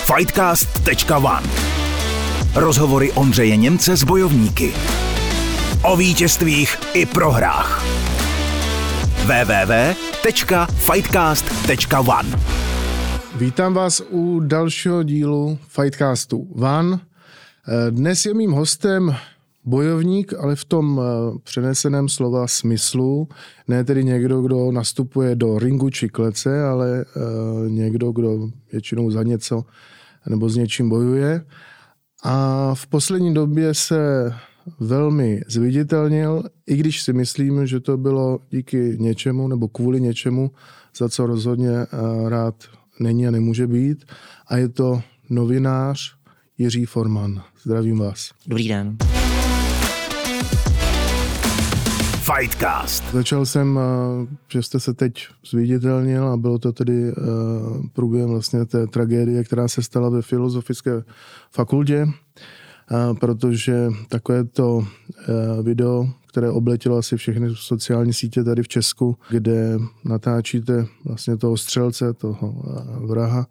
Fightcast.one. Rozhovory Ondřeje Němce s bojovníky. O vítězstvích i prohrách. www.fightcast.one. Vítám vás u dalšího dílu Fightcastu One. Dnes je mým hostem bojovník, ale v tom přeneseném slova smyslu. Ne tedy někdo, kdo nastupuje do ringu či klece, ale někdo, kdo většinou za něco nebo s něčím bojuje. A v poslední době se velmi zviditelnil, i když si myslím, že to bylo díky něčemu nebo kvůli něčemu, za co rozhodně rád není a nemůže být. A je to novinář Jiří Forman. Zdravím vás. Dobrý den. Fightcast. Začal jsem, že jste se teď zviditelnil a bylo to tedy průběhem vlastně té tragédie, která se stala ve Filozofické fakultě, protože takové to video, které obletělo asi všechny sociální sítě tady v Česku, kde natáčíte vlastně toho střelce, toho vraha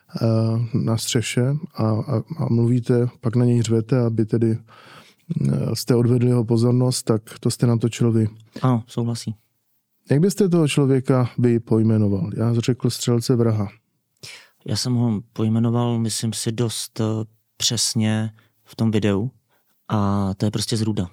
na střeše a mluvíte, pak na něj řvete, aby tedy jste odvedli jeho pozornost, tak to jste natočil vy. Ano, souhlasí. Jak byste toho člověka vy pojmenoval? Já řekl střelce vraha. Já jsem ho pojmenoval, myslím si, dost přesně v tom videu a to je prostě zrůda.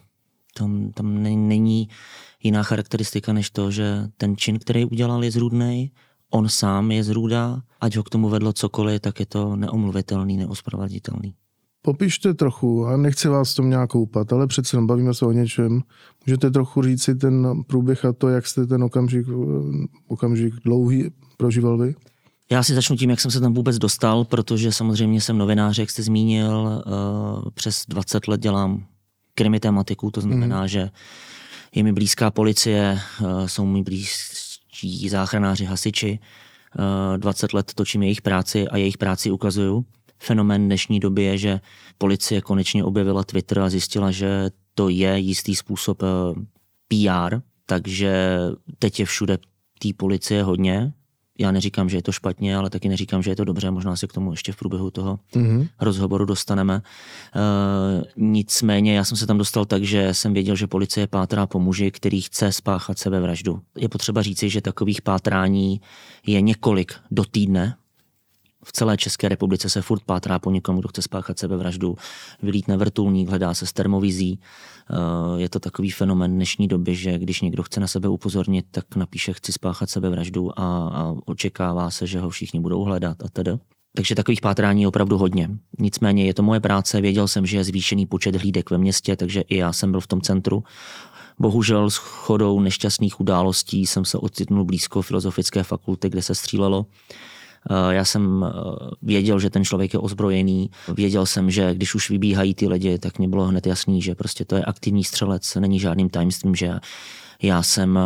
Tam není jiná charakteristika než to, že ten čin, který udělal, je zrůdnej, on sám je zrůda, ať ho k tomu vedlo cokoliv, tak je to neomluvitelný, neospravedlnitelný. Popište trochu, a nechci vás v tom nějak koupat, ale přece bavíme se o něčem. Můžete trochu říct si ten průběh a to, jak jste ten okamžik dlouhý prožíval vy? Já si začnu tím, jak jsem se tam vůbec dostal, protože samozřejmě jsem novinář, jak jste zmínil, přes 20 let dělám krimi tematiku, to znamená, že je mi blízká policie, jsou mi blízcí záchranáři, hasiči, 20 let točím jejich práci a jejich práci ukazuju. Fenomén dnešní doby je, že policie konečně objevila Twitter a zjistila, že to je jistý způsob PR, takže teď je všude té policie hodně. Já neříkám, že je to špatně, ale taky neříkám, že je to dobře. Možná se k tomu ještě v průběhu toho rozhovoru dostaneme. Nicméně já jsem se tam dostal tak, že jsem věděl, že policie pátrá po muži, který chce spáchat sebevraždu. Je potřeba říci, že takových pátrání je několik do týdne. V celé České republice se furt pátrá po někomu, kdo chce spáchat sebevraždu. Vylítne vrtulník, hledá se s termovizí. Je to takový fenomén dnešní doby, že když někdo chce na sebe upozornit, tak napíše chci spáchat sebevraždu a očekává se, že ho všichni budou hledat a tedy. Takže takových pátrání je opravdu hodně. Nicméně je to moje práce, věděl jsem, že je zvýšený počet hlídek ve městě, takže i já jsem byl v tom centru. Bohužel s chodou nešťastných událostí jsem se ocitnul blízko Filozofické fakulty, kde se střílelo. Já jsem věděl, že ten člověk je ozbrojený, věděl jsem, že když už vybíhají ty lidi, tak mě bylo hned jasný, že prostě to je aktivní střelec, není žádným tajemstvím, že já jsem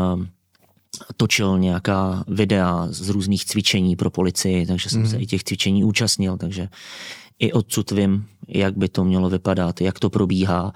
točil nějaká videa z různých cvičení pro policii, takže jsem se i těch cvičení účastnil, takže i odsud vím, jak by to mělo vypadat, jak to probíhá.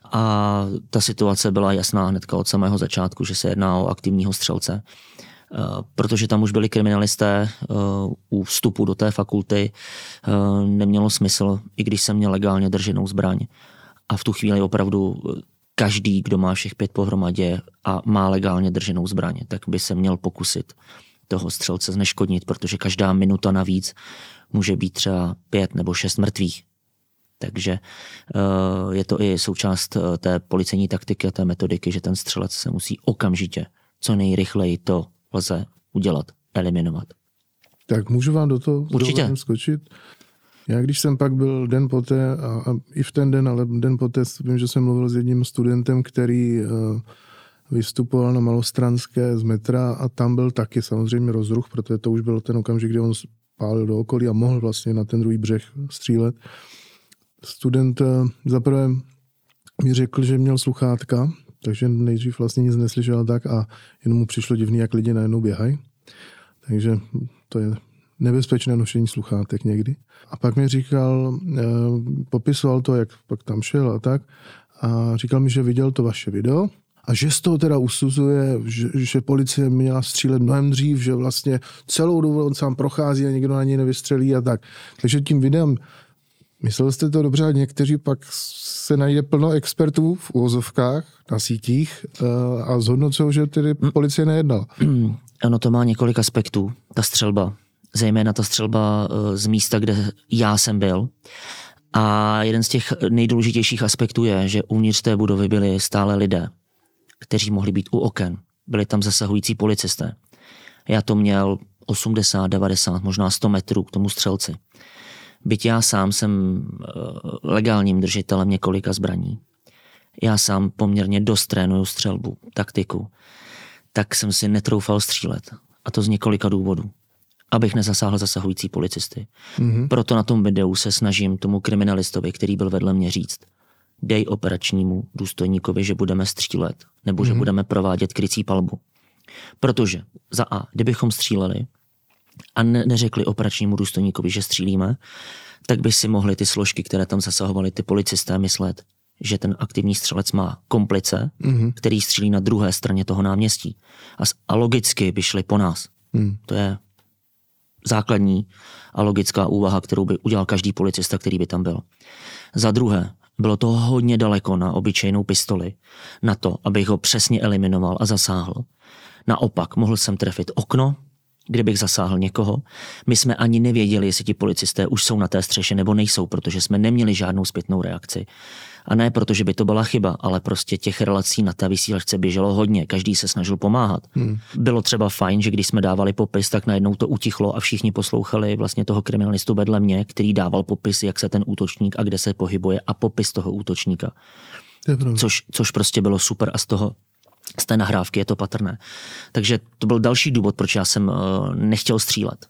A ta situace byla jasná hnedka od samého začátku, že se jedná o aktivního střelce. Protože tam už byli kriminalisté u vstupu do té fakulty, nemělo smysl, i když jsem měl legálně drženou zbraň. A v tu chvíli opravdu každý, kdo má všech 5 pohromadě a má legálně drženou zbraň, tak by se měl pokusit toho střelce zneškodnit, protože každá minuta navíc může být třeba 5 nebo 6 mrtvých. Takže je to i součást té policejní taktiky a té metodiky, že ten střelec se musí okamžitě, co nejrychleji to lze udělat, eliminovat. Tak můžu vám do toho skočit? Já když jsem pak byl den poté, a i v ten den, ale den poté, vím, že jsem mluvil s jedním studentem, který vystupoval na Malostranské z metra a tam byl taky samozřejmě rozruch, protože to už byl ten okamžik, kdy on pálil do okolí a mohl vlastně na ten druhý břeh střílet. Student zaprvé mi řekl, že měl sluchátka, takže nejdřív vlastně nic neslyšel tak a jenom mu přišlo divný, jak lidi najednou běhají. Takže to je nebezpečné nošení sluchátek někdy. A pak mi říkal, popisoval to, jak pak tam šel a tak. A říkal mi, že viděl to vaše video A že z toho teda usuzuje, že policie měla střílet mnohem dřív, že vlastně celou dobu on sám prochází a nikdo na něj nevystřelí a tak. Takže tím videem, myslel jste to dobře, a někteří pak se najde plno expertů v uvozovkách na sítích a zhodnocují, že tedy policie nejednala. Ano, to má několik aspektů, ta střelba. Zejména ta střelba z místa, kde já jsem byl. A jeden z těch nejdůležitějších aspektů je, že uvnitř té budovy byli stále lidé, kteří mohli být u oken. Byli tam zasahující policisté. Já to měl 80, 90, možná 100 metrů k tomu střelci. Byť já sám jsem legálním držitelem několika zbraní. Já sám poměrně dost trénuju střelbu, taktiku. Tak jsem si netroufal střílet. A to z několika důvodů. Abych nezasáhl zasahující policisty. Proto na tom videu se snažím tomu kriminalistovi, který byl vedle mě, říct: dej operačnímu důstojníkovi, že budeme střílet, nebo že budeme provádět krycí palbu. Protože za A, kdybychom stříleli a neřekli operačnímu důstojníkovi, že střílíme, tak by si mohli ty složky, které tam zasahovaly, ty policisté, myslet, že ten aktivní střelec má komplice, který střílí na druhé straně toho náměstí. A logicky by šli po nás. To je základní a logická úvaha, kterou by udělal každý policista, který by tam byl. Za druhé, bylo to hodně daleko na obyčejnou pistoli, na to, abych ho přesně eliminoval a zasáhl. Naopak, mohl jsem trefit okno, kde bych zasáhl někoho. My jsme ani nevěděli, jestli ti policisté už jsou na té střeše nebo nejsou, protože jsme neměli žádnou zpětnou reakci. A ne protože by to byla chyba, ale prostě těch relací na té vysílačce běželo hodně, každý se snažil pomáhat. Bylo třeba fajn, že když jsme dávali popis, tak najednou to utichlo a všichni poslouchali vlastně toho kriminalistu vedle mě, který dával popis, jak se ten útočník a kde se pohybuje, a popis toho útočníka. Což prostě bylo super a z té nahrávky je to patrné. Takže to byl další důvod, proč já jsem nechtěl střílet.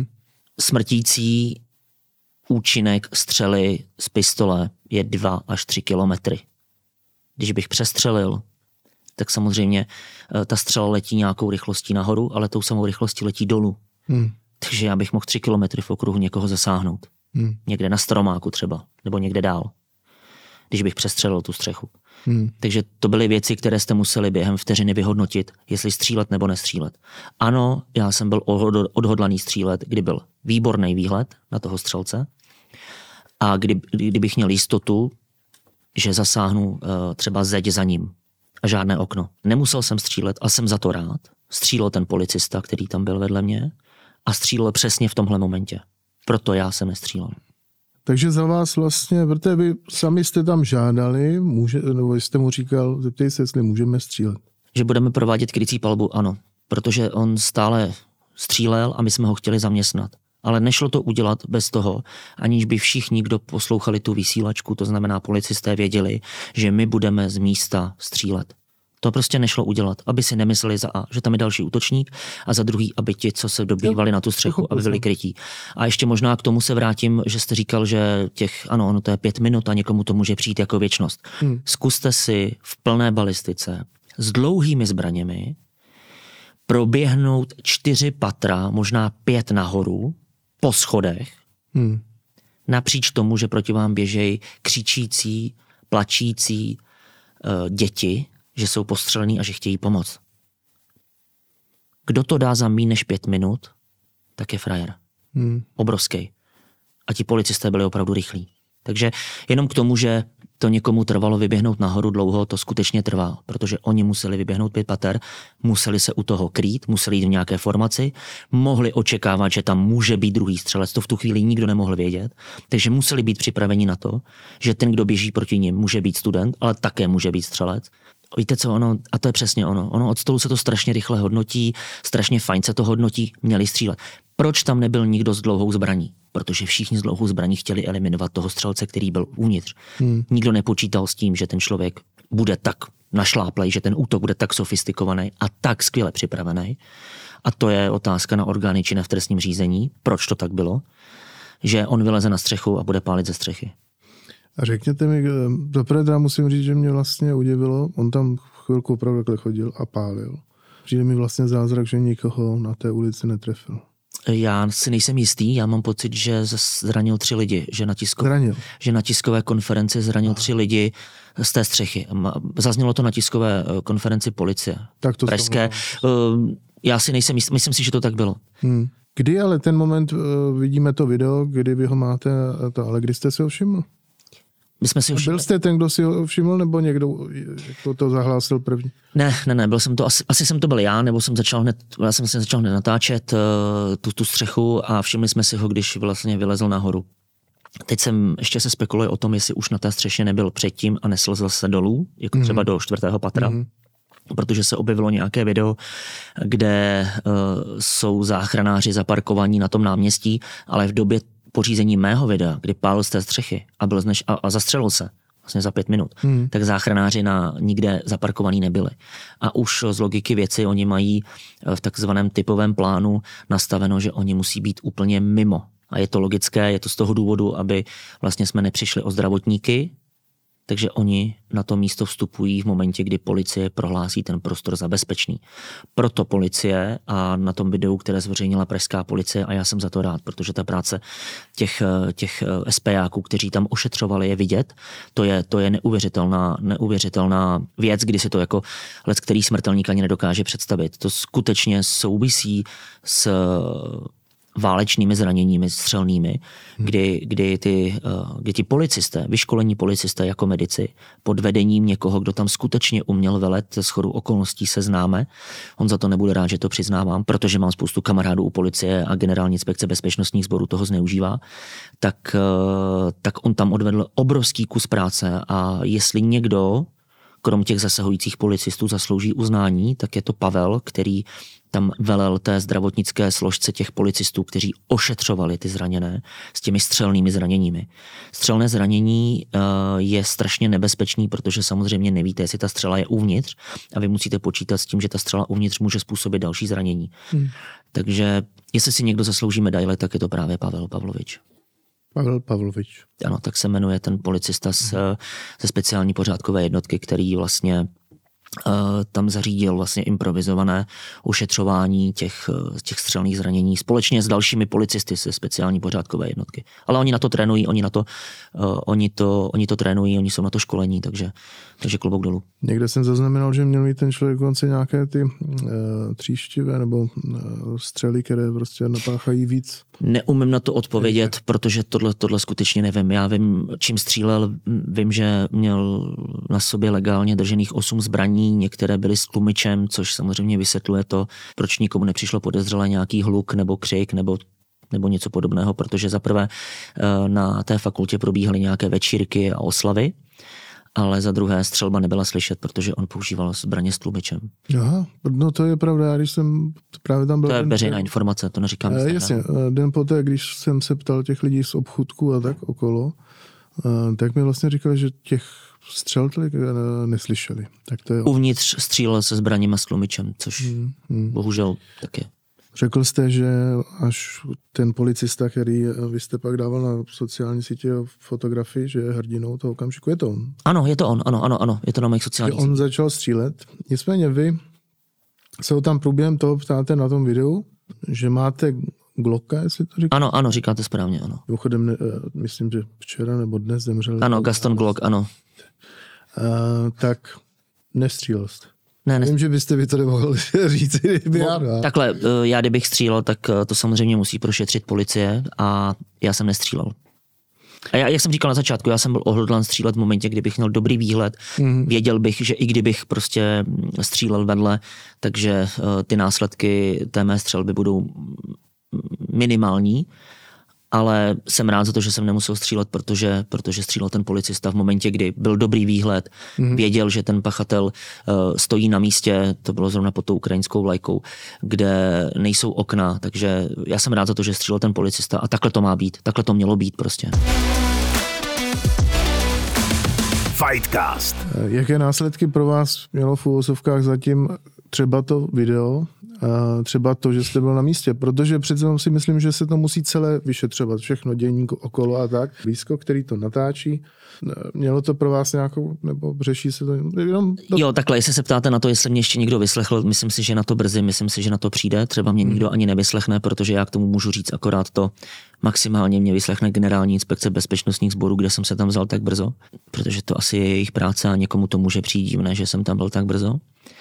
Smrtící účinek střely z pistole je 2 až 3 kilometry. Když bych přestřelil, tak samozřejmě ta střela letí nějakou rychlostí nahoru, ale tou samou rychlostí letí dolů. Takže já bych mohl 3 kilometry v okruhu někoho zasáhnout. Někde na stromáku třeba, nebo někde dál, když bych přestřelil tu střechu. Takže to byly věci, které jste museli během vteřiny vyhodnotit, jestli střílet nebo nestřílet. Ano, já jsem byl odhodlaný střílet, kdy byl výborný výhled na toho střelce a kdybych měl jistotu, že zasáhnu třeba zeď za ním a žádné okno. Nemusel jsem střílet a jsem za to rád. Střílel ten policista, který tam byl vedle mě, a střílel přesně v tomhle momentě. Proto já jsem nestřílel. Takže za vás vlastně, protože vy sami jste tam žádali, nebo jste mu říkal, zeptej se, jestli můžeme střílet. Že budeme provádět krycí palbu, ano. Protože on stále střílel a my jsme ho chtěli zaměstnat. Ale nešlo to udělat bez toho, aniž by všichni, kdo poslouchali tu vysílačku, to znamená policisté, věděli, že my budeme z místa střílet. To prostě nešlo udělat, aby si nemysleli za A, že tam je další útočník, a za druhý, aby ti, co se dobývali na tu střechu, aby byli krytí. A ještě možná k tomu se vrátím, že jste říkal, že ono to je 5 minut a někomu to může přijít jako věčnost. Zkuste si v plné balistice s dlouhými zbraněmi proběhnout 4 patra, možná 5 nahoru, po schodech, napříč tomu, že proti vám běžejí křičící, plačící děti, že jsou postřelení a že chtějí pomoct. Kdo to dá za méně než 5 minut, tak je frajer. Obrovský. A ti policisté byli opravdu rychlí. Takže jenom k tomu, že to někomu trvalo vyběhnout nahoru dlouho, to skutečně trvá, protože oni museli vyběhnout 5 pater, museli se u toho krýt, museli jít v nějaké formaci, mohli očekávat, že tam může být druhý střelec, to v tu chvíli nikdo nemohl vědět, takže museli být připraveni na to, že ten, kdo běží proti nim, může být student, ale také může být střelec. Víte co, a to je přesně ono od stolu se to strašně rychle hodnotí, strašně fajn se to hodnotí, měli střílet. Proč tam nebyl nikdo s dlouhou zbraní? Protože všichni s dlouhou zbraní chtěli eliminovat toho střelce, který byl uvnitř. Nikdo nepočítal s tím, že ten člověk bude tak našláplej, že ten útok bude tak sofistikovaný a tak skvěle připravený. A to je otázka na orgány činné v trestním řízení. Proč to tak bylo? Že on vyleze na střechu a bude pálit ze střechy. A řekněte mi, zaprvé teda musím říct, že mě vlastně udivilo, on tam chvilku opravdu takhle chodil a pálil. Přijde mi vlastně zázrak, že nikoho na té ulici netrefil. Já si nejsem jistý, já mám pocit, že zranil 3 lidi, že na tiskové konferenci zranil 3 lidi z té střechy. Zaznělo to na tiskové konferenci policie pražské. Já si nejsem jistý, myslím si, že to tak bylo. Kdy ale ten moment, vidíme to video, kdy vy ho máte, ale kdy jste si ho všiml? Byl jste ten, kdo si ho všiml, nebo někdo to zahlásil první? Ne, byl jsem to, asi jsem to byl já, nebo jsem začal hned natáčet tu střechu a všimli jsme si ho, když vlastně vylezl nahoru. Teď ještě se spekuluje o tom, jestli už na té střeše nebyl předtím a neslezl se dolů, jako třeba do 4. patra. Protože se objevilo nějaké video, kde jsou záchranáři zaparkovaní na tom náměstí, ale v době pořízení mého videa, kdy pálil z té střechy a zastřelil se vlastně za 5 minut, tak záchranáři nikde zaparkovaní nebyli. A už z logiky věci oni mají v takzvaném typovém plánu nastaveno, že oni musí být úplně mimo. A je to logické, je to z toho důvodu, aby vlastně jsme nepřišli o zdravotníky, takže oni na to místo vstupují v momentě, kdy policie prohlásí ten prostor za bezpečný. Proto policie a na tom videu, které zveřejnila pražská policie, a já jsem za to rád, protože ta práce těch SPáků, kteří tam ošetřovali, je vidět. To je neuvěřitelná věc, kdy si to jako leckterý smrtelník ani nedokáže představit. To skutečně souvisí s válečnými zraněními střelnými, kdy ti policisté, vyškolení policisté jako medici, pod vedením někoho, kdo tam skutečně uměl velet, shodou okolností se známe, on za to nebude rád, že to přiznávám, protože mám spoustu kamarádů u policie a generální inspekce bezpečnostních sborů toho zneužívá, tak on tam odvedl obrovský kus práce a jestli někdo, krom těch zasahujících policistů, zaslouží uznání, tak je to Pavel, který tam velel té zdravotnické složce těch policistů, kteří ošetřovali ty zraněné s těmi střelnými zraněními. Střelné zranění je strašně nebezpečný, protože samozřejmě nevíte, jestli ta střela je uvnitř a vy musíte počítat s tím, že ta střela uvnitř může způsobit další zranění. Takže jestli si někdo zaslouží medaile, tak je to právě Pavel Pavlovič. Pavel Pavlovič. Ano, tak se jmenuje ten policista ze speciální pořádkové jednotky, který vlastně tam zařídil vlastně improvizované ošetřování těch střelných zranění společně s dalšími policisty ze speciální pořádkové jednotky. Ale oni na to trénují, oni to trénují, oni jsou na to školení, takže klobouk dolů. Někde jsem zaznamenal, že měl mít ten člověk konce nějaké ty tříštivé nebo střely, které prostě napáchají víc. Neumím na to odpovědět, protože tohle skutečně nevím. Já vím, čím střílel, vím, že měl na sobě legálně držených 8 zbraní, některé byly s tlumičem, což samozřejmě vysvětluje to, proč nikomu nepřišlo podezřelé nějaký hluk nebo křik nebo něco podobného, protože zaprvé na té fakultě probíhaly nějaké večírky a oslavy, ale za druhé střelba nebyla slyšet, protože on používal zbraně s tlumičem. Aha, no to je pravda, já když jsem právě tam byl... To je veřejná informace, to neříkám. Jasně, den poté, když jsem se ptal těch lidí z obchůdku a tak okolo, tak mi vlastně říkali, že těch střel tolik neslyšeli. Tak to je... Uvnitř střílel se zbraněma s tlumičem, což bohužel tak je. Řekl jste, že až ten policista, který vy jste pak dával na sociální sítě fotografii, že je hrdinou toho okamžiku, je to on? Ano, je to on, ano, je to na mých sociálních sítích. On začal střílet, nicméně vy se ho tam průběhem toho ptáte na tom videu, že máte Glocka, jestli to říkáte? Ano, říkáte správně, ano. Mimochodem, myslím, že včera nebo dnes zemřel. Ano, Gaston Glock, ano. Tak nestřílel jste. Ne. Vím, že byste to nemohli říct. Takhle, já kdybych střílel, tak to samozřejmě musí prošetřit policie a já jsem nestřílel. A jak jsem říkal na začátku, já jsem byl odhodlán střílet v momentě, kdybych měl dobrý výhled. Věděl bych, že i kdybych prostě střílel vedle, takže ty následky té mé střelby budou minimální. Ale jsem rád za to, že jsem nemusel střílet, protože střílel ten policista v momentě, kdy byl dobrý výhled, věděl, že ten pachatel stojí na místě, to bylo zrovna pod tou ukrajinskou vlajkou, kde nejsou okna, takže já jsem rád za to, že střílel ten policista a takhle to má být, takhle to mělo být prostě. Fightcast. Jaké následky pro vás mělo v uvozovkách zatím třeba to video, třeba to, že jste byl na místě, protože přece si myslím, že se to musí celé vyšetřovat, všechno dění okolo a tak. Blízko, který to natáčí, mělo to pro vás nějakou, nebo řeší se to jenom... Jo, takhle, jestli se ptáte na to, jestli mě ještě někdo vyslechl, myslím si, že na to brzy, myslím si, že na to přijde, třeba mě nikdo ani nevyslechne, protože já k tomu můžu říct akorát to, maximálně mě vyslechne Generální inspekce bezpečnostních sborů, kde jsem se tam vzal tak brzo, protože to asi je jejich práce a někomu to může přijít divné, že jsem tam byl tak brzo.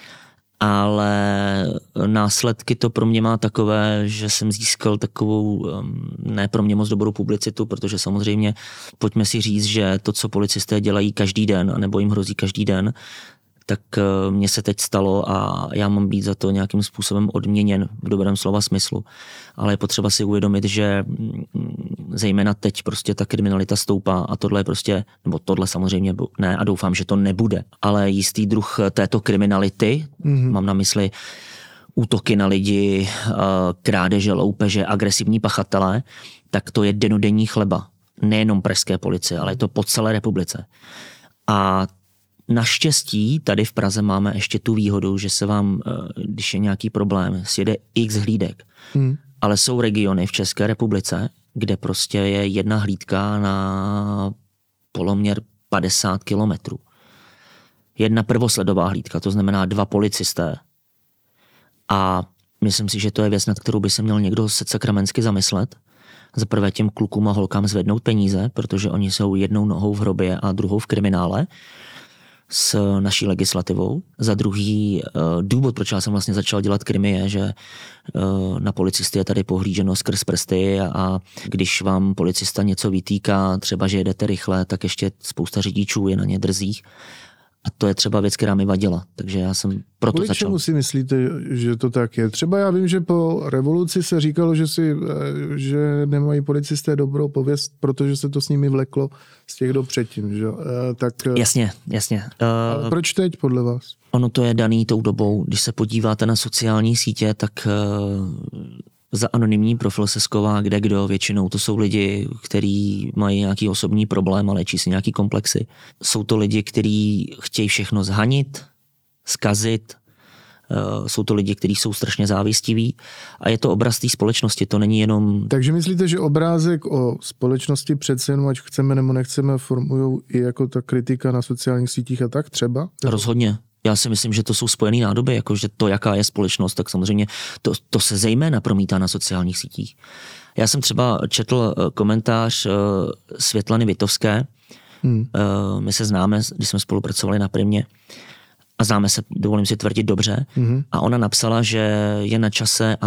Ale následky to pro mě má takové, že jsem získal takovou ne pro mě moc dobrou publicitu, protože samozřejmě pojďme si říct, že to, co policisté dělají každý den, anebo jim hrozí každý den, tak mně se teď stalo a já mám být za to nějakým způsobem odměněn v dobrém slova smyslu. Ale je potřeba si uvědomit, že zejména teď prostě ta kriminalita stoupá a tohle je prostě, nebo tohle samozřejmě ne a doufám, že to nebude, ale jistý druh této kriminality, mám na mysli útoky na lidi, krádeže, loupeže, agresivní pachatelé, tak to je dennodenní chleba. Nejenom pražské policie, ale je to po celé republice. A naštěstí tady v Praze máme ještě tu výhodu, že se vám, když je nějaký problém, sjede x hlídek. Ale jsou regiony v České republice, kde prostě je jedna hlídka na poloměr 50 kilometrů. Jedna prvosledová hlídka, to znamená 2 policisté. A myslím si, že to je věc, nad kterou by se měl někdo sakramensky zamyslet. Za prvé těm klukům a holkám zvednout peníze, protože oni jsou jednou nohou v hrobě a druhou v kriminále s naší legislativou. Za druhý důvod, proč já jsem vlastně začal dělat krimi, je, že na policisty je tady pohlíženo skrz prsty a když vám policista něco vytýká, třeba, že jedete rychle, tak ještě spousta řidičů je na ně drzých. A to je třeba věc, která mi vadila. Takže já jsem proto začal. Čemu si myslíte, že to tak je? Třeba já vím, že po revoluci se říkalo, že nemají policisté dobrou pověst, protože se to s nimi vleklo z těch dob předtím. Že? Tak, jasně. Ale proč teď podle vás? Ono to je daný tou dobou. Když se podíváte na sociální sítě, tak za anonymní profil se sková kdekdo. Většinou to jsou lidi, kteří mají nějaký osobní problém a léčí si nějaký komplexy. Jsou to lidi, kteří chtějí všechno zhanit, zkazit. Jsou to lidi, kteří jsou strašně závistiví a je to obraz té společnosti, to není jenom... Takže myslíte, že obrázek o společnosti přece jenom, ať chceme nebo nechceme, formujou i jako ta kritika na sociálních sítích a tak třeba? Rozhodně. Já si myslím, že to jsou spojené nádoby, jakože to, jaká je společnost, tak samozřejmě to se zejména promítá na sociálních sítích. Já jsem třeba četl komentář Světlany Vitovské, my se známe, když jsme spolupracovali na Primě a známe se, dovolím si tvrdit, dobře, a ona napsala, že je na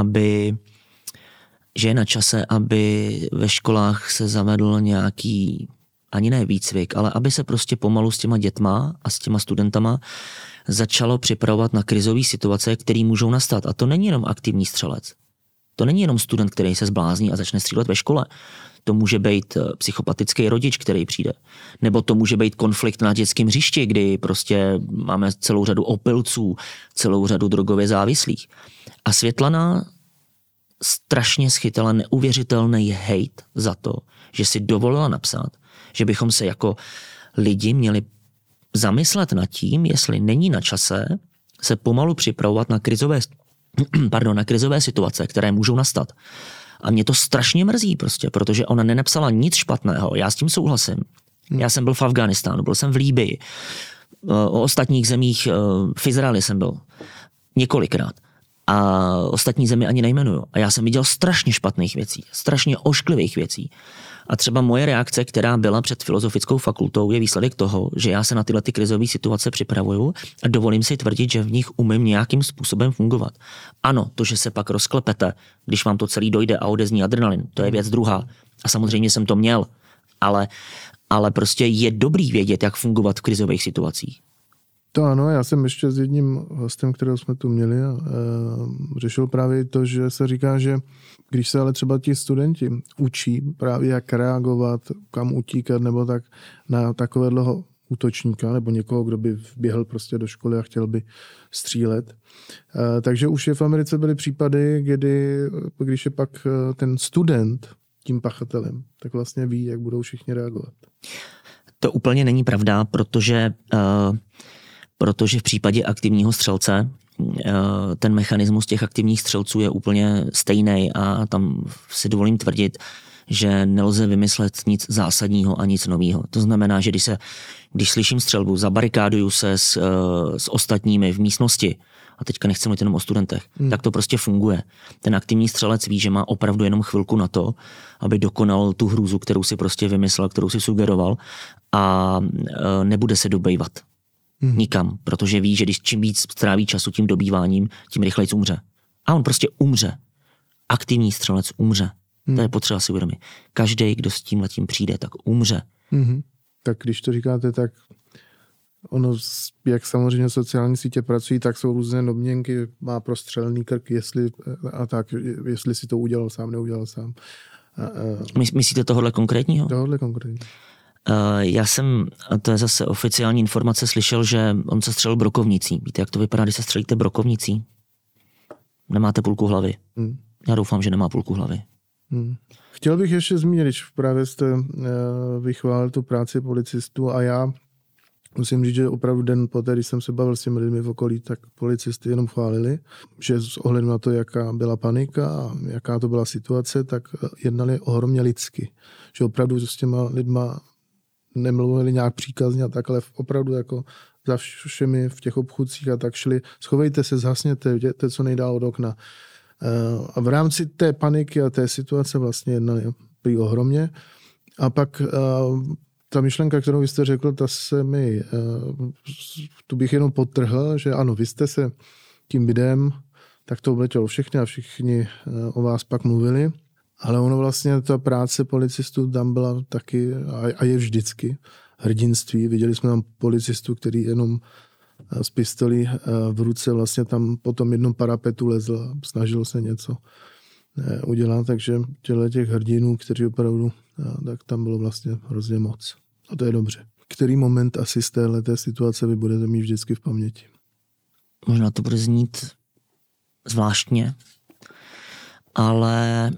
čase, aby ve školách se zavedl nějaký, ani ne výcvik, ale aby se prostě pomalu s těma dětma a s těma studentama začalo připravovat na krizové situace, které můžou nastat. A to není jenom aktivní střelec. To není jenom student, který se zblázní a začne střílet ve škole. To může být psychopatický rodič, který přijde. Nebo to může být konflikt na dětském hřišti, kdy prostě máme celou řadu opilců, celou řadu drogově závislých. A Světlana strašně schytala neuvěřitelný hejt za to, že si dovolila napsat, že bychom se jako lidi měli zamyslet nad tím, jestli není na čase se pomalu připravovat na krizové situace, které můžou nastat. A mě to strašně mrzí prostě, protože ona nenapsala nic špatného. Já s tím souhlasím. Já jsem byl v Afghánistánu, byl jsem v Líbii. O ostatních zemích, v Izraeli jsem byl několikrát. A ostatní zemi ani nejmenuju. A já jsem viděl strašně špatných věcí, strašně ošklivých věcí. A třeba moje reakce, která byla před filozofickou fakultou, je výsledek toho, že já se na tyhle krizové situace připravuju a dovolím si tvrdit, že v nich umím nějakým způsobem fungovat. Ano, to, že se pak rozklepete, když vám to celý dojde a odezní adrenalin, to je věc druhá. A samozřejmě jsem to měl, ale prostě je dobrý vědět, jak fungovat v krizových situacích. To ano, já jsem ještě s jedním hostem, kterého jsme tu měli, řešil právě to, že se říká, že když se ale třeba ti studenti učí právě jak reagovat, kam utíkat nebo tak na takového útočníka nebo někoho, kdo by vběhl prostě do školy a chtěl by střílet. Takže už v Americe byly případy, když je pak ten student tím pachatelem, tak vlastně ví, jak budou všichni reagovat. To úplně není pravda, protože v případě aktivního střelce ten mechanismus těch aktivních střelců je úplně stejný a tam si dovolím tvrdit, že nelze vymyslet nic zásadního a nic nového. To znamená, že když slyším střelbu, zabarikáduju se s ostatními v místnosti, a teďka nechci mluvit jenom o studentech, tak to prostě funguje. Ten aktivní střelec ví, že má opravdu jenom chvilku na to, aby dokonal tu hrůzu, kterou si prostě vymyslel, kterou si sugeroval a nebude se dobejvat. Nikam, protože ví, že čím víc stráví času tím dobýváním, tím rychleji umře. A on prostě umře. Aktivní střelec umře. To je potřeba si uvědomit. Každý, kdo s tímhletím přijde, tak umře. Tak když to říkáte, tak ono, jak samozřejmě sociální sítě pracují, tak jsou různé domněnky, má prostřelený krk, jestli si to udělal sám, neudělal sám. Myslíte tohohle konkrétního? Tohohle konkrétního. Já jsem, a to je zase oficiální informace, slyšel, že on se střelil brokovnicí. Víte, jak to vypadá, když se střelíte brokovnicí? Nemáte půlku hlavy. Já doufám, že nemá půlku hlavy. Chtěl bych ještě zmínit, když právě jste vychválil tu práci policistů a já musím říct, že opravdu den poté, když jsem se bavil s těmi lidmi v okolí, tak policisty jenom chválili, že s ohledem na to, jaká byla panika a jaká to byla situace, tak jednali ohromně lidsky. Že opravdu s těma lidma nemluvili nějak příkazně a tak, ale opravdu jako za všemi v těch obchůdcích a tak šli, schovejte se, zhasněte, jděte co nejdál od okna. A v rámci té paniky a té situace vlastně jednali prý ohromně. A pak ta myšlenka, kterou vy jste řekl, ta se mi, tu bych jenom podtrhl, že ano, vy jste se tím videem, tak to obletělo všechny a všichni o vás pak mluvili, ale ono vlastně ta práce policistů tam byla taky a je vždycky hrdinství. Viděli jsme tam policistu, který jenom z pistolí v ruce vlastně tam po tom jednom parapetu lezl a snažil se něco udělat, takže těch hrdinů, kteří opravdu, tak tam bylo vlastně hrozně moc. A to je dobře. Který moment asi z téhleté situace vy budete mít vždycky v paměti? Možná to bude znít zvláštně, ale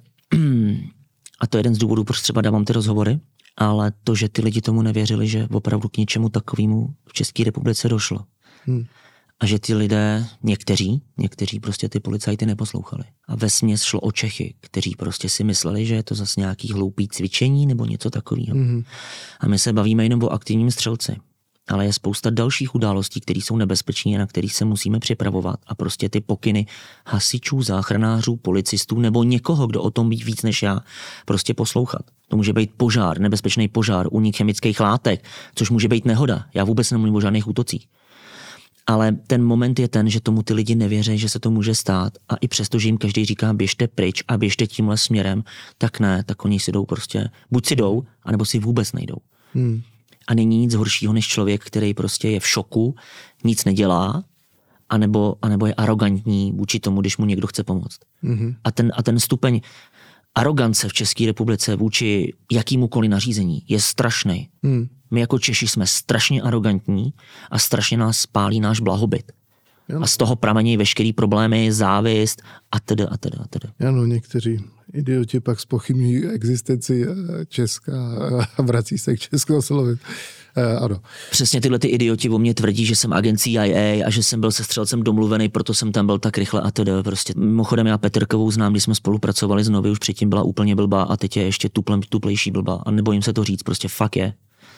a to je jeden z důvodů, proč třeba dávám ty rozhovory, ale to, že ty lidi tomu nevěřili, že opravdu k něčemu takovému v České republice došlo. A že ty lidé, někteří prostě ty policajty neposlouchali. A vesměs šlo o Čechy, kteří prostě si mysleli, že je to zase nějaký hloupý cvičení nebo něco takového. A my se bavíme jenom o aktivním střelci. Ale je spousta dalších událostí, které jsou nebezpečné a na kterých se musíme připravovat. A prostě ty pokyny hasičů, záchranářů, policistů nebo někoho, kdo o tom ví víc než já, prostě poslouchat. To může být požár, nebezpečný požár, únik chemických látek, což může být nehoda. Já vůbec nemluvím o žádných útocích. Ale ten moment je ten, že tomu ty lidi nevěří, že se to může stát a i přesto, že jim každý říká běžte pryč a běžte tímhle směrem, tak ne, tak oni si jdou prostě, buď si jdou, anebo si vůbec nejdou. A není nic horšího než člověk, který prostě je v šoku, nic nedělá, anebo je arrogantní vůči tomu, když mu někdo chce pomoct. A ten stupeň arogance v České republice vůči jakýmukoliv nařízení je strašný. My jako Češi jsme strašně arrogantní a strašně nás spálí náš blahobyt. A z toho pramení veškerý problémy, závist a teda. Ano, někteří idioti pak zpochybňují existenci Česka a vrací se k Československu. Ano. Přesně tyhle ty idioti o mě tvrdí, že jsem agent CIA a že jsem byl se střelcem domluvený, proto jsem tam byl tak rychle a teda. Prostě mimochodem já Petrkovou znám, když jsme spolupracovali s Novy, už předtím byla úplně blbá a teď je ještě tuplejší blbá a nebojím se to říct, prostě fakt je.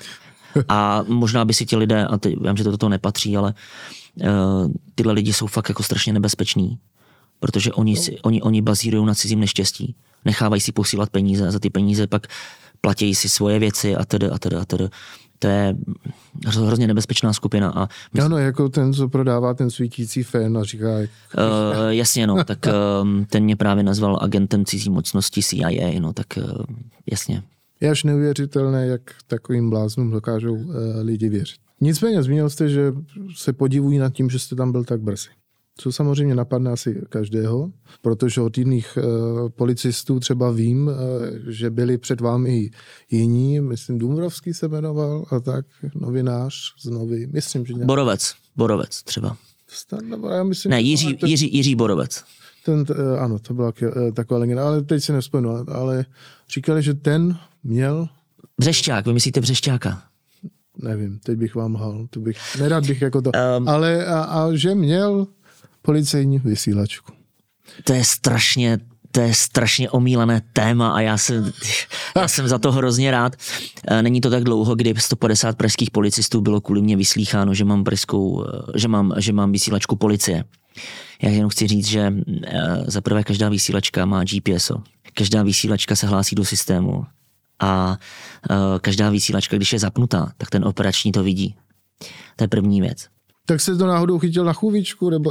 A možná by si ti lidé, a teď vím, že to do toho nepatří, ale tyhle lidi jsou fakt jako strašně nebezpeční, protože oni bazírují na cizím neštěstí. Nechávají si posílat peníze a za ty peníze pak platí si svoje věci a teda. To je hrozně nebezpečná skupina. A ano, jako ten, co prodává ten svítící fén a říká... Jasně, no, tak ten mě právě nazval agentem cizí mocnosti CIA, no, tak jasně. Je až neuvěřitelné, jak takovým bláznům dokážou lidi věřit. Nicméně zmínil jste, že se podivují nad tím, že jste tam byl tak brzy. Co samozřejmě napadne asi každého, protože od jiných policistů třeba vím, že byli před vámi i jiní, myslím Důmrovský se jmenoval a tak, novinář z Novy, myslím, že nějak... Borovec třeba. Já myslím, ne, Jiří Borovec. Ano, to byla taková legenda, ale teď si nevzpomenu, ale říkali, že ten měl... Břešťák, vy myslíte Břešťáka? Nevím, teď bych vám lhal, nerad bych jako to, ale a že měl policejní vysílačku. To je strašně omílané téma a já jsem za to hrozně rád. Není to tak dlouho, kdy 150 pražských policistů bylo kvůli mě vyslýcháno, že mám vysílačku policie. Já jenom chci říct, že za prvé každá vysílačka má GPSO. Každá vysílačka se hlásí do systému a každá vysílačka, když je zapnutá, tak ten operační to vidí. To je první věc. Tak se to náhodou chytil na chůvičku? Nebo...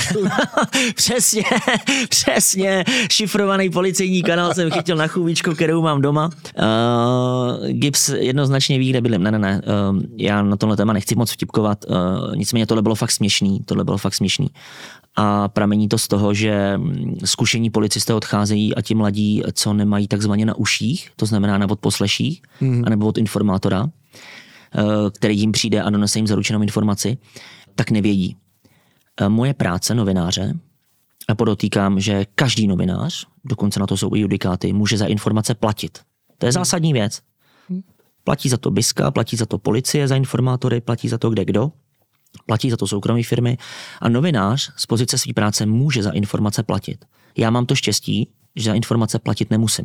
Přesně. Šifrovaný policejní kanál jsem chytil na chůvičku, kterou mám doma. Gibbs jednoznačně ví, kde bydlím. Ne. Já na tohle téma nechci moc vtipkovat. Nicméně tohle bylo fakt směšný. A pramení to z toho, že zkušení policisté odcházejí a ti mladí, co nemají takzvaně na uších, to znamená na odposleších, anebo od informátora, který jim přijde a donese jim zaručenou informaci, tak nevědí. Moje práce novináře, a podotýkám, že každý novinář, dokonce na to jsou i judikáty, může za informace platit. To je zásadní věc. Platí za to BISka, platí za to policie za informátory, platí za to kdo, platí za to soukromé firmy a novinář z pozice své práce může za informace platit. Já mám to štěstí, že za informace platit nemusím.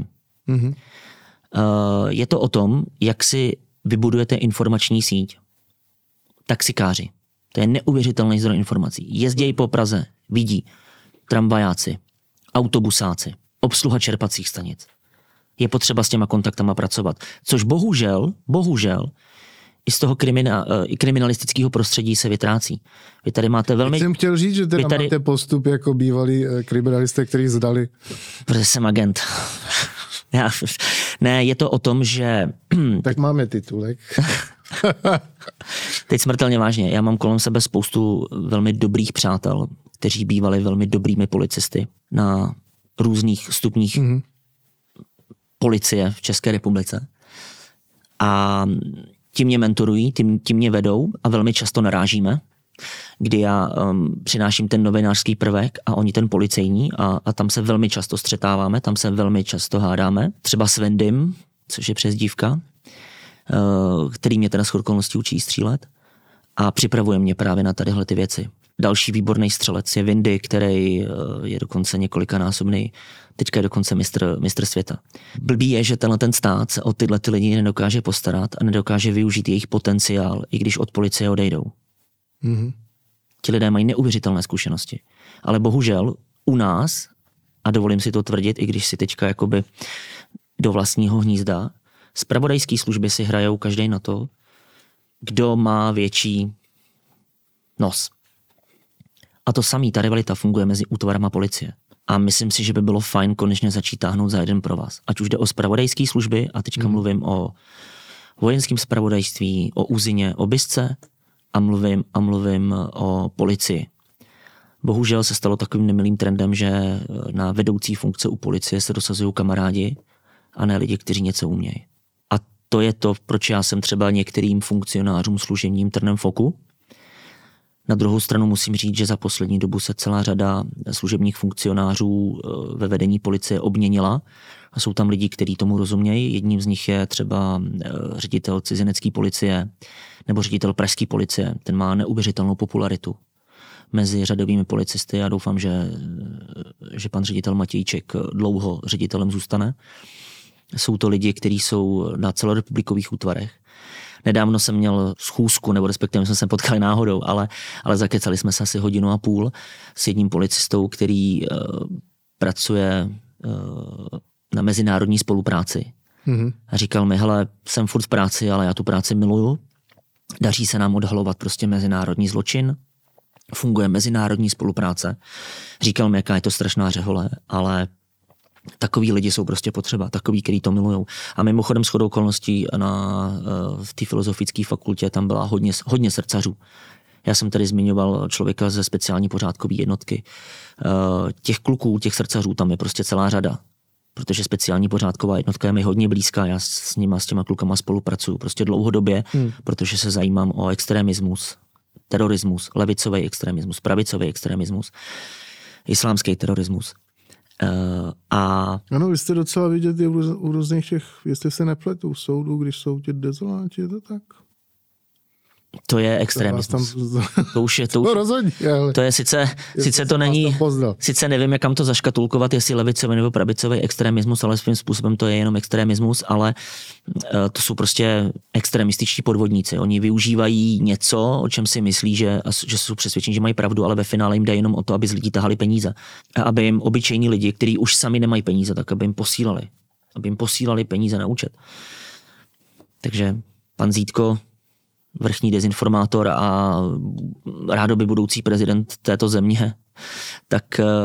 Je to o tom, jak si vybudujete informační síť. Taxikáři. To je neuvěřitelný zdroj informací. Jezdějí po Praze, vidí tramvajáci, autobusáci, obsluha čerpacích stanic. Je potřeba s těma kontaktama pracovat. Což bohužel, i z toho kriminalistického prostředí se vytrácí. Vy tady máte velmi... Jsem chtěl říct, že teda máte postup jako bývalí kriminalisté, kteří zdali. Protože jsem agent. Ne, je to o tom, že... Tak máme titulek. Teď smrtelně vážně. Já mám kolem sebe spoustu velmi dobrých přátel, kteří bývali velmi dobrými policisty na různých stupních policie v České republice. A ti mě mentorují, ti mě vedou a velmi často narážíme, kdy já přináším ten novinářský prvek a oni ten policejní a tam se velmi často střetáváme, tam se velmi často hádáme. Třeba s Vendym, což je přezdívka, který mě teda shodou okolností učí střílet a připravuje mě právě na tadyhle ty věci. Další výborný střelec je Vindy, který je dokonce několikanásobný, teďka je dokonce mistr světa. Blbý je, že ten stát se o tyhle ty lidi nedokáže postarat a nedokáže využít jejich potenciál, i když od policie odejdou. Ti lidé mají neuvěřitelné zkušenosti. Ale bohužel u nás, a dovolím si to tvrdit, i když si teďka jakoby do vlastního hnízda, zpravodajské služby si hrajou každý na to, kdo má větší nos. A to samý, ta rivalita funguje mezi útvarama policie. A myslím si, že by bylo fajn konečně začít táhnout za jeden pro vás. Ať už jde o zpravodajské služby, a teďka mluvím o vojenském zpravodajství, o Uzině, o BISce a mluvím o policii. Bohužel se stalo takovým nemilým trendem, že na vedoucí funkce u policie se dosazují kamarádi a ne lidi, kteří něco umějí. A to je to, proč já jsem třeba některým funkcionářům služebním trnem v oku. Na druhou stranu musím říct, že za poslední dobu se celá řada služebních funkcionářů ve vedení policie obměnila a jsou tam lidi, kteří tomu rozumějí. Jedním z nich je třeba ředitel cizinecké policie nebo ředitel pražské policie. Ten má neuvěřitelnou popularitu mezi řadovými policisty a doufám, že pan ředitel Matějček dlouho ředitelem zůstane. Jsou to lidi, kteří jsou na celorepublikových útvarech. Nedávno jsem měl schůzku, nebo respektive jsme se potkali náhodou, ale zakecali jsme se asi 1.5 hodiny s jedním policistou, který pracuje na mezinárodní spolupráci. A říkal mi, hele, jsem furt v práci, ale já tu práci miluju. Daří se nám odhalovat prostě mezinárodní zločin. Funguje mezinárodní spolupráce. Říkal mi, jaká je to strašná řehole, ale takový lidi jsou prostě potřeba, takový, který to milujou. A mimochodem shodou okolností v té filozofické fakultě tam byla hodně srdcařů. Já jsem tady zmiňoval člověka ze speciální pořádkové jednotky. Těch kluků, těch srdcařů tam je prostě celá řada. Protože speciální pořádková jednotka je mi hodně blízká. Já s těma klukama spolupracuju prostě dlouhodobě, protože se zajímám o extremismus, terorismus, levicový extremismus, pravicový extremismus, islámský terorismus. Ano, vy jste docela vidět je u různých těch, jestli se nepletu, soudů, když jsou ti dezoláti, je to tak? To je extremismus. Sice nevím, jak kam to zaškatulkovat, jestli levicový nebo pravicový extremismus, ale svým způsobem to je jenom extremismus, ale to jsou prostě extremističtí podvodníci. Oni využívají něco, o čem si myslí, že jsou přesvědčeni, že mají pravdu, ale ve finále jim jde jenom o to, aby z lidí tahali peníze. A aby jim obyčejní lidi, kteří už sami nemají peníze, tak aby jim posílali peníze na účet. Takže pan Zítko, vrchní dezinformátor a rádoby budoucí prezident této země, tak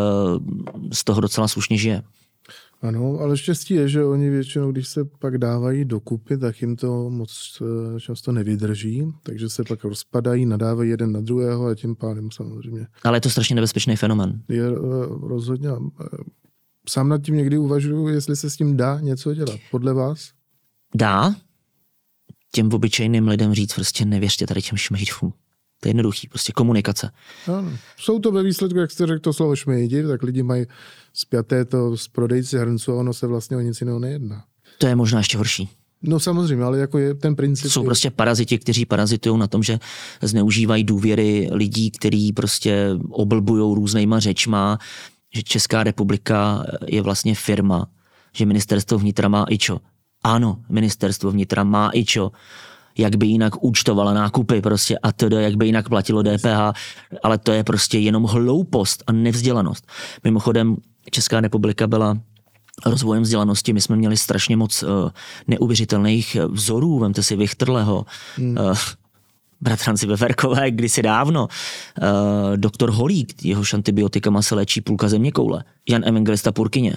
z toho docela slušně žije. Ano, ale štěstí je, že oni většinou, když se pak dávají dokupy, tak jim to moc často nevydrží, takže se pak rozpadají, nadávají jeden na druhého a tím pádem samozřejmě. Ale je to strašně nebezpečný fenomén. Je rozhodně. Sám nad tím někdy uvažuji, jestli se s tím dá něco dělat. Podle vás? Dá. Těm obyčejným lidem říct prostě nevěřte tady těm šmejdům. To je jednoduchý, prostě komunikace. Ano. Jsou to ve výsledku, jak jste řekl to slovo šmejdi, tak lidi mají spjaté to s prodejci hrnců a ono se vlastně o nic jiného nejedná. To je možná ještě horší. No samozřejmě, ale jako je ten princip. Jsou prostě paraziti, kteří parazitují na tom, že zneužívají důvěry lidí, kteří prostě oblbujou různýma řečma, že Česká republika je vlastně firma, že ministerstvo vnitra má ičo. Ano, ministerstvo vnitra má ičo, jak by jinak účtovala nákupy prostě a tedy, jak by jinak platilo DPH, ale to je prostě jenom hloupost a nevzdělanost. Mimochodem, Česká republika byla rozvojem vzdělanosti, my jsme měli strašně moc neuvěřitelných vzorů, vemte si Vichtrleho, bratranci Veverkové, kdysi dávno, doktor Holík, jehož antibiotikama se léčí půlka zeměkoule, Jan Evangelista Purkyně,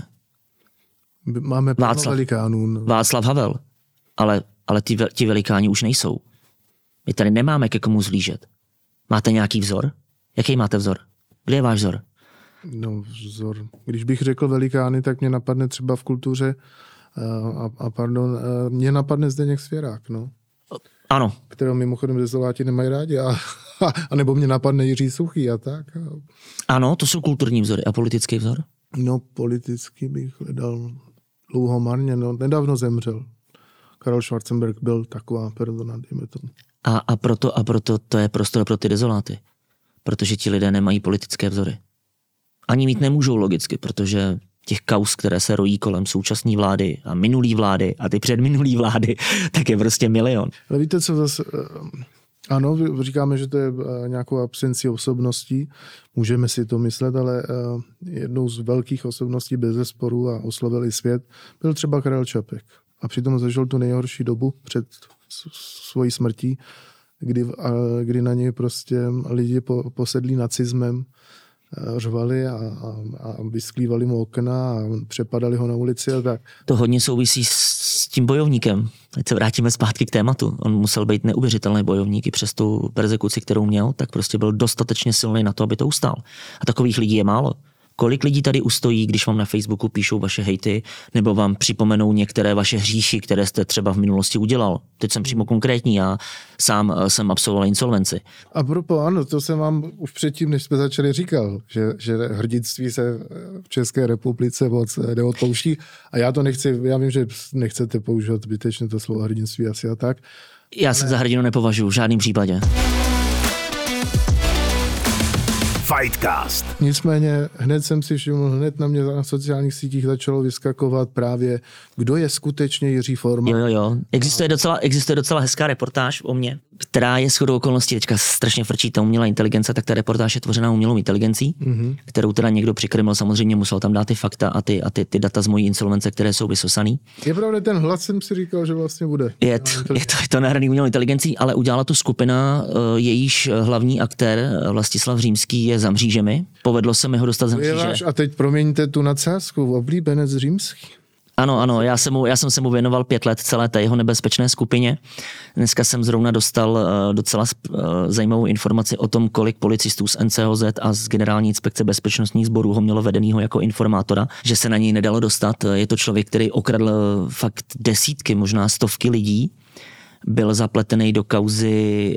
máme velikánů. Václav Havel, ale ti velikáni už nejsou. My tady nemáme ke komu zlížet. Máte nějaký vzor? Jaký máte vzor? Kde je váš vzor? No vzor. Když bych řekl velikány, tak mě napadne třeba v kultuře mě napadne Zdeněk Svěrák, no. Ano. Kterého mimochodem Zezováti nemají rádi a nebo mě napadne Jiří Suchý a tak. Ano, to jsou kulturní vzory. A politický vzor? No politicky bych hledal dlouho marně, no nedávno zemřel. Karel Schwarzenberg byl taková persona, dejme tomu. A proto to je prostor pro ty dezoláty. Protože ti lidé nemají politické vzory. Ani mít nemůžou logicky, protože těch kauz, které se rojí kolem současné vlády a minulý vlády a ty předminulý vlády, tak je prostě milion. Ale víte, co zase... Ano, říkáme, že to je nějakou absenci osobností, můžeme si to myslet, ale jednou z velkých osobností bez zesporu a oslovil i svět byl třeba Karel Čapek. A přitom zažil tu nejhorší dobu před svojí smrtí, kdy na něj prostě lidi posedlí nacismem, řvali a vysklívali mu okna a přepadali ho na ulici a tak. To hodně souvisí s tím bojovníkem. Teď se vrátíme zpátky k tématu. On musel být neuvěřitelný bojovník i přes tu perzekuci, kterou měl, tak prostě byl dostatečně silný na to, aby to ustál. A takových lidí je málo. Kolik lidí tady ustojí, když vám na Facebooku píšou vaše hejty, nebo vám připomenou některé vaše hříchy, které jste třeba v minulosti udělal. Teď jsem přímo konkrétní, já sám jsem absolvoval insolvenci. A proto ano, to jsem vám už předtím, než jsme začali říkal, že hrdinství se v České republice moc neodpouští. A já to nechci, já vím, že nechcete používat zbytečně to slovo hrdinství asi a tak. Já se za hrdinu nepovažuji v žádném případě. Fightcast. Nicméně hned jsem si všiml, hned na mě na sociálních sítích začalo vyskakovat právě, kdo je skutečně Jiří Forman. Jo. Existuje docela hezká reportáž o mně, která je shodou okolností, teďka strašně frčí ta umělá inteligence, tak ta reportáž je tvořená umělou inteligencí, kterou teda někdo přikrmil, samozřejmě musel tam dát ty fakta a ty data z mojí insolvence, které jsou vysosaný. Je pravda, ten hlas jsem si říkal, že vlastně bude. Je to nahraný umělou inteligencí, ale udělala to skupina, jejíž hlavní aktér Vlastisław Římský je za mřížemi. Povedlo se mi ho dostat za mříže. A teď proměňte tu nadsázku, oblíbenec Římský. Ano, já jsem se mu věnoval 5 let celé té jeho nebezpečné skupině. Dneska jsem zrovna dostal docela zajímavou informaci o tom, kolik policistů z NCOZ a z Generální inspekce bezpečnostních sborů ho mělo vedenýho jako informátora, že se na něj nedalo dostat. Je to člověk, který okradl fakt desítky, možná stovky lidí. Byl zapletený do kauzy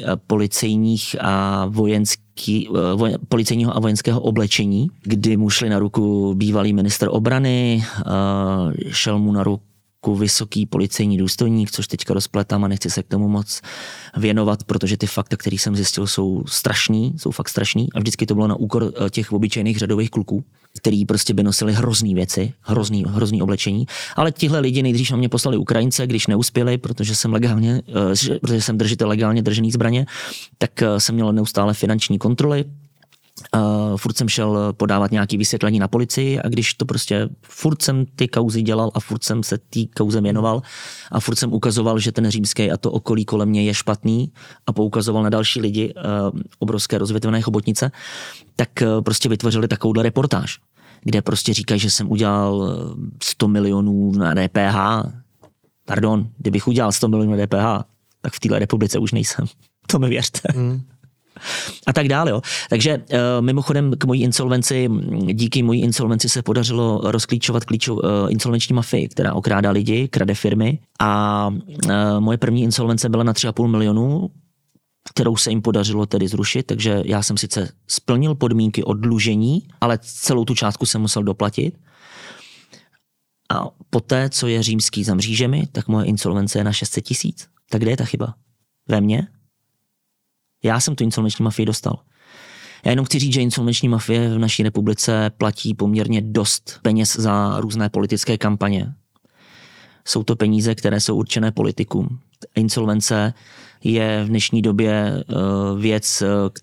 policejního a vojenského oblečení, kdy mu šli na ruku bývalý ministr obrany, šel mu na ruku trošku vysoký policejní důstojník, což teďka rozpletám a nechci se k tomu moc věnovat, protože ty fakta, které jsem zjistil, jsou fakt strašný a vždycky to bylo na úkor těch obyčejných řadových kluků, který prostě by nosili hrozný věci, hrozný oblečení, ale tihle lidi nejdřív na mě poslali Ukrajince, když neuspěli, protože jsem držitel legálně držený zbraně, tak jsem měl neustále finanční kontroly. Furt jsem šel podávat nějaké vysvětlení na policii a když to prostě furt jsem ty kauzy dělal a furt jsem se té kauze věnoval a furt jsem ukazoval, že ten římský a to okolí kolem mě je špatný a poukazoval na další lidi obrovské rozvětvené chobotnice, tak prostě vytvořili takovouhle reportáž, kde prostě říkají, že jsem udělal 100 milionů na DPH. Pardon, kdybych udělal 100 milionů na DPH, tak v téhle republice už nejsem. To mi věřte. A tak dále. Jo. Takže mimochodem k mojí insolvenci, díky mojí insolvenci se podařilo rozklíčovat insolvenční mafii, která okrádá lidi, krade firmy a moje první insolvence byla na 3,5 milionu, kterou se jim podařilo tedy zrušit, takže já jsem sice splnil podmínky oddlužení, ale celou tu částku jsem musel doplatit. A poté, co je římský za mřížemi, tak moje insolvence je na 600 000. Tak kde je ta chyba? Ve mně? Já jsem tu insolvenční mafii dostal. Já jenom chci říct, že insolvenční mafie v naší republice platí poměrně dost peněz za různé politické kampaně. Jsou to peníze, které jsou určené politikům. Insolvence je v dnešní době věc,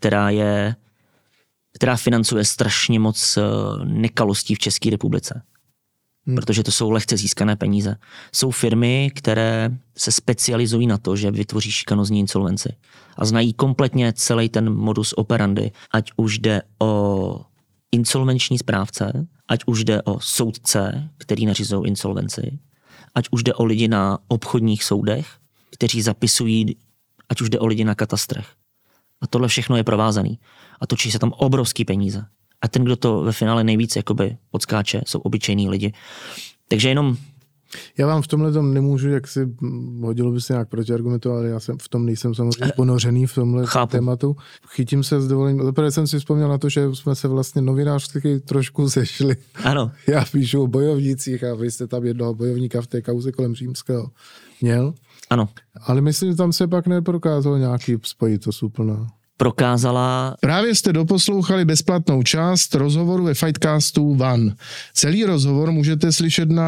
která financuje strašně moc nekalostí v České republice. Protože to jsou lehce získané peníze. Jsou firmy, které se specializují na to, že vytvoří šikanózní insolvenci a znají kompletně celý ten modus operandi, ať už jde o insolvenční správce, ať už jde o soudce, který nařizují insolvenci, ať už jde o lidi na obchodních soudech, kteří zapisují, ať už jde o lidi na katastrech. A tohle všechno je provázaný. A točí se tam obrovský peníze. A ten, kdo to ve finále nejvíc jakoby odskáče, jsou obyčejní lidi. Takže jenom... Já vám v tomhle tom nemůžu, jak si hodilo by se nějak protiargumentovat, ale já jsem v tom nejsem samozřejmě ponořený v tomhle tématu. Chytím se s dovolením. Zaprvé jsem si vzpomněl na to, že jsme se vlastně novinářsky trošku sešli. Ano. Já píšu o bojovnících a vy jste tam jednoho bojovníka v té kauze kolem Římského měl. Ano. Ale myslím, že tam se pak neprokázalo nějaký spojitost úplná. Prokázala... Právě jste doposlouchali bezplatnou část rozhovoru ve Fightcastu One. Celý rozhovor můžete slyšet na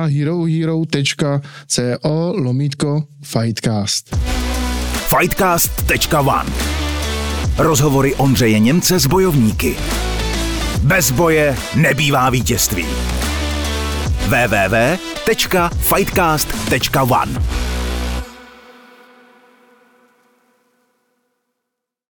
herohero.co/Fightcast. Fightcast.one. Rozhovory Ondřeje Němce s bojovníky. Bez boje nebývá vítězství. www.fightcast.one